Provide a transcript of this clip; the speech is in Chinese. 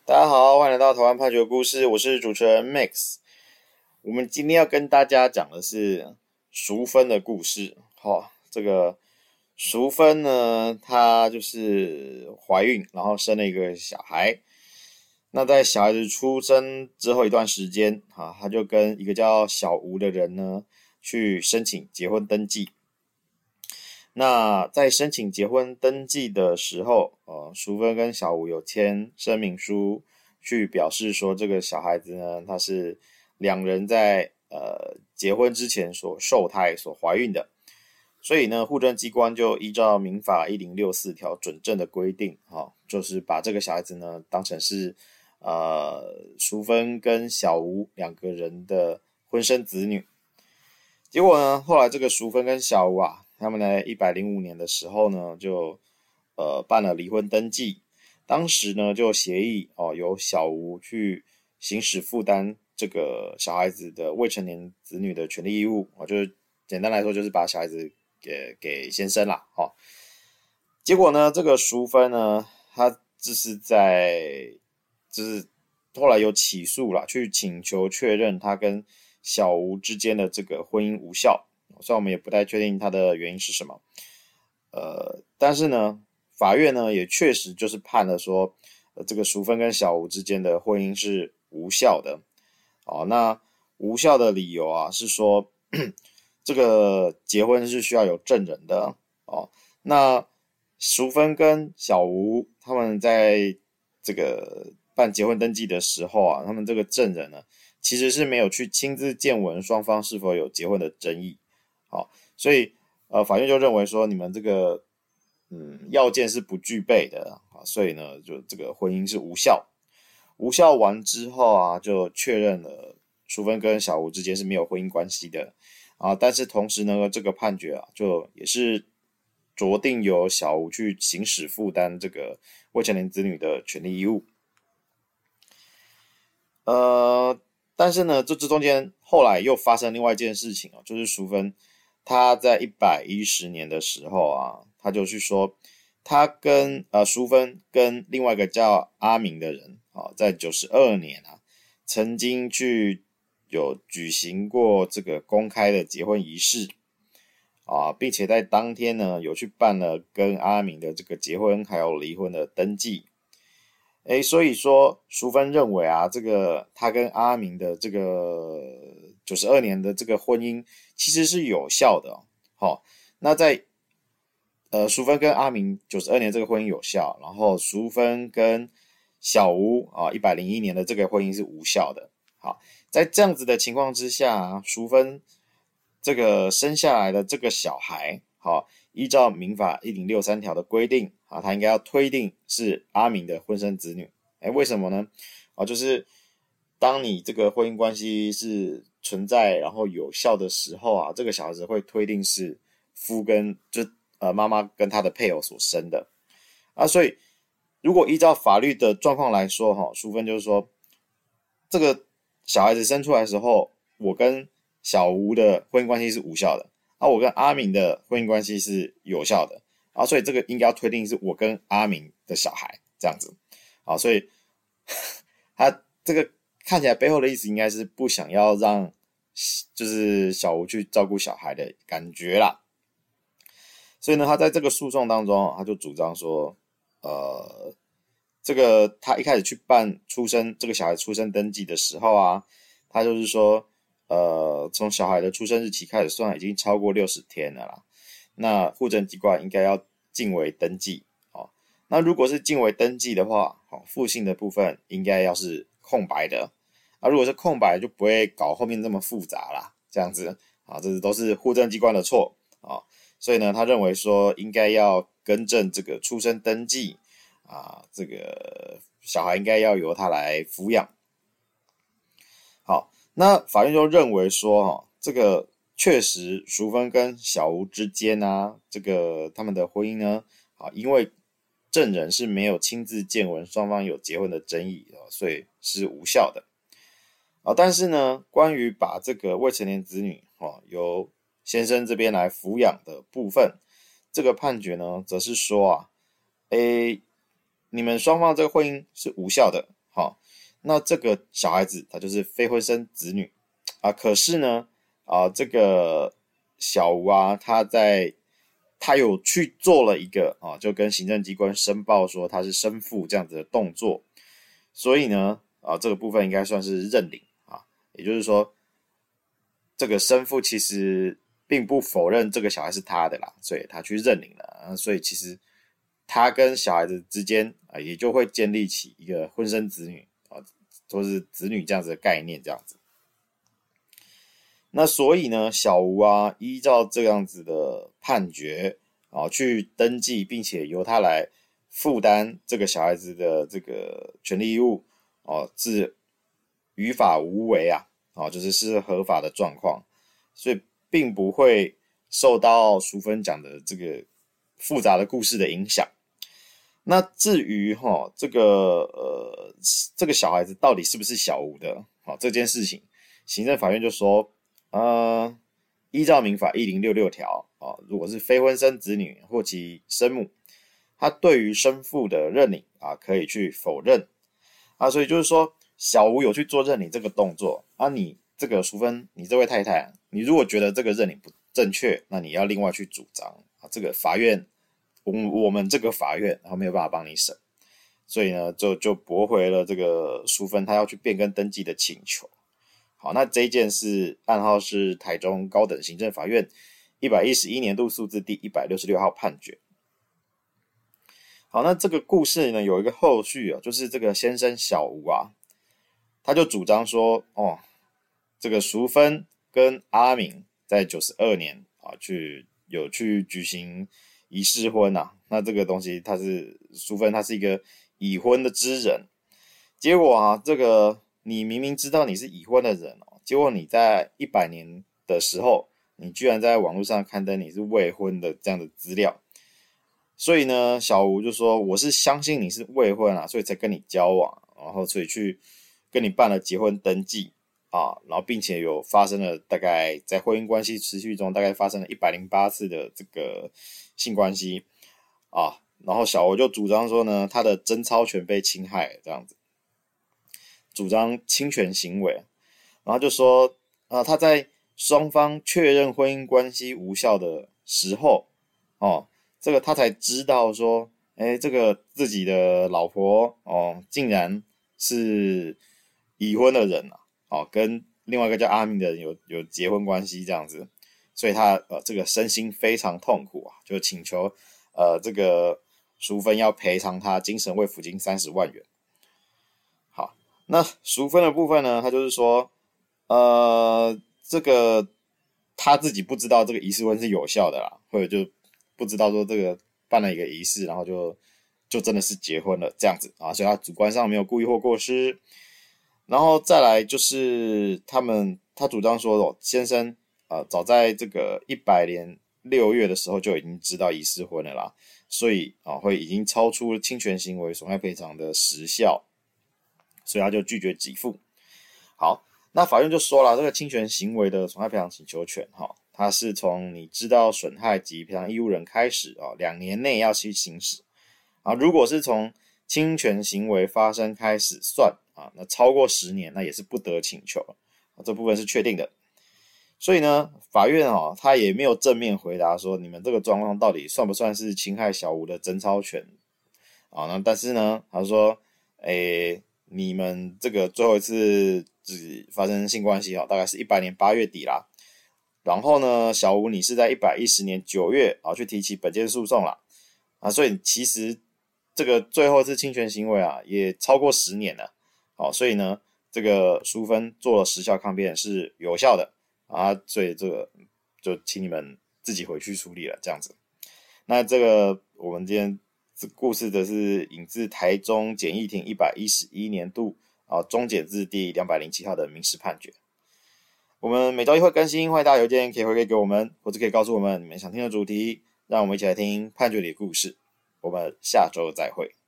大家好，欢迎来到台湾判决故事，我是主持人 Max。我们今天要跟大家讲的是淑芬的故事。这个淑芬呢，她就是怀孕，然后生了一个小孩。那在小孩子出生之后一段时间，她就跟一个叫小吴的人呢，去申请结婚登记。那在申请结婚登记的时候，淑芬跟小吴有签声明书，去表示说这个小孩子呢，他是两人在结婚之前所受胎所怀孕的，所以呢，户政机关就依照民法1064条准证的规定，就是把这个小孩子呢当成是淑芬跟小吴两个人的婚生子女。结果呢，后来这个淑芬跟小吴他们在105年的时候呢，就办了离婚登记。当时呢，就协议由小吴去行使负担这个小孩子的未成年子女的权利义务，就是简单来说，就是把小孩子给先生啦。结果呢，这个淑芬呢，她就是后来有起诉啦，去请求确认她跟小吴之间的这个婚姻无效，虽然我们也不太确定它的原因是什么，但是呢，法院呢也确实就是判了说，这个淑芬跟小吴之间的婚姻是无效的。那无效的理由是说，这个结婚是需要有证人的那淑芬跟小吴他们在这个办结婚登记的时候他们这个证人呢，其实是没有去亲自见闻双方是否有结婚的争议。所以法院就认为说你们这个要件是不具备的所以呢就这个婚姻是无效。无效完之后就确认了淑芬跟小吴之间是没有婚姻关系的但是同时呢这个判决就也是酌定由小吴去行使负担这个未成年子女的权利义务。但是呢，这中间后来又发生另外一件事情就是淑芬她在110年的时候她就去说，她跟淑芬跟另外一个叫阿明的人在92年曾经去有举行过这个公开的结婚仪式并且在当天呢有去办了跟阿明的这个结婚还有离婚的登记。所以说淑芬认为这个他跟阿明的这个92年的这个婚姻其实是有效的那在淑芬跟阿明92年这个婚姻有效，然后淑芬跟小吴101年的这个婚姻是无效的。在这样子的情况之下淑芬这个生下来的这个小孩依照民法1063条的规定他应该要推定是阿明的婚生子女。为什么呢就是当你这个婚姻关系是存在然后有效的时候这个小孩子会推定是妈妈跟他的配偶所生的所以如果依照法律的状况来说淑芬就是说这个小孩子生出来的时候，我跟小吴的婚姻关系是无效的我跟阿明的婚姻关系是有效的所以这个应该要推定是我跟阿明的小孩这样子所以他这个看起来背后的意思应该是不想要让就是小吴去照顾小孩的感觉啦。所以呢他在这个诉讼当中他就主张说这个他一开始去办这个小孩出生登记的时候他就是说从小孩的出生日期开始算已经超过60天了啦，那户政机关应该要进为登记那如果是进为登记的话父姓的部分应该要是空白的如果是空白就不会搞后面这么复杂啦，这样子这都是户政机关的错所以呢他认为说应该要更正这个出生登记这个小孩应该要由他来抚养。好，那法院就认为说这个确实淑芬跟小吴之间这个他们的婚姻呢因为证人是没有亲自见闻双方有结婚的争议所以是无效的但是呢关于把这个未成年子女由先生这边来抚养的部分，这个判决呢则是说你们双方这个婚姻是无效的那这个小孩子他就是非婚生子女可是呢这个小吴他有去做了一个就跟行政机关申报说他是生父这样子的动作，所以呢这个部分应该算是认领也就是说这个生父其实并不否认这个小孩是他的啦，所以他去认领了所以其实他跟小孩子之间也就会建立起一个婚生子女或是子女这样子的概念这样子。那所以呢，小吴依照这样子的判决去登记，并且由他来负担这个小孩子的这个权利义务是于法无违就是合法的状况，所以并不会受到淑芬讲的这个复杂的故事的影响。那至于这个小孩子到底是不是小吴的这件事情，行政法院就说依照民法1066条如果是非婚生子女或其生母，他对于生父的认领可以去否认所以就是说小吴有去做认领这个动作你这个淑芬，你这位太太你如果觉得这个认领不正确，那你要另外去主张这个法院我们这个法院没有办法帮你审，所以呢就驳回了这个淑芬他要去变更登记的请求。好，那这一件事案号是台中高等行政法院111年度数字第166号判决。好，那这个故事呢有一个后续就是这个先生小吴他就主张说这个淑芬跟阿明在92年有去举行仪式婚那这个东西淑芬他是一个已婚的知人，结果这个你明明知道你是已婚的人结果你在100年的时候你居然在网络上刊登你是未婚的这样的资料，所以呢小吴就说我是相信你是未婚所以才跟你交往，然后所以去跟你办了结婚登记然后并且有发生了大概在婚姻关系持续中大概发生了108次的这个性关系然后小吴就主张说呢他的贞操权被侵害这样子，主张侵权行为，然后就说他在双方确认婚姻关系无效的时候这个他才知道说这个自己的老婆竟然是已婚的人跟另外一个叫阿明的人有结婚关系这样子，所以他这个身心非常痛苦就请求这个淑芬要赔偿他精神慰抚金30万元。好，那淑芬的部分呢，他就是说这个他自己不知道这个仪式婚是有效的啦，或者就不知道说这个办了一个仪式然后就真的是结婚了这样子所以他主观上没有故意或过失。然后再来就是他主张说先生早在这个100年6月的时候就已经知道仪式婚了啦，所以会已经超出侵权行为损害赔偿的时效，所以他就拒绝给付。好，那法院就说了这个侵权行为的损害赔偿请求权它是从你知道损害及赔偿义务人开始2年内要去行使如果是从侵权行为发生开始算那超过10年那也是不得请求这部分是确定的。所以呢法院他也没有正面回答说你们这个状况到底算不算是侵害小吴的贞操权那但是呢他说你们这个最后一次只发生性关系大概是100年8月底啦，然后呢小吴你是在110年9月去提起本件诉讼啦所以其实这个最后一次侵权行为也超过10年了所以呢这个淑芬做了时效抗辩是有效的所以这个就请你们自己回去处理了这样子。那这个我们今天这故事的是引自台中简易庭111年度中检字第207号的民事判决。我们每周一会更新，欢迎大家邮件可以回馈给我们，或者可以告诉我们你们想听的主题，让我们一起来听判决里的故事。我们下周再会。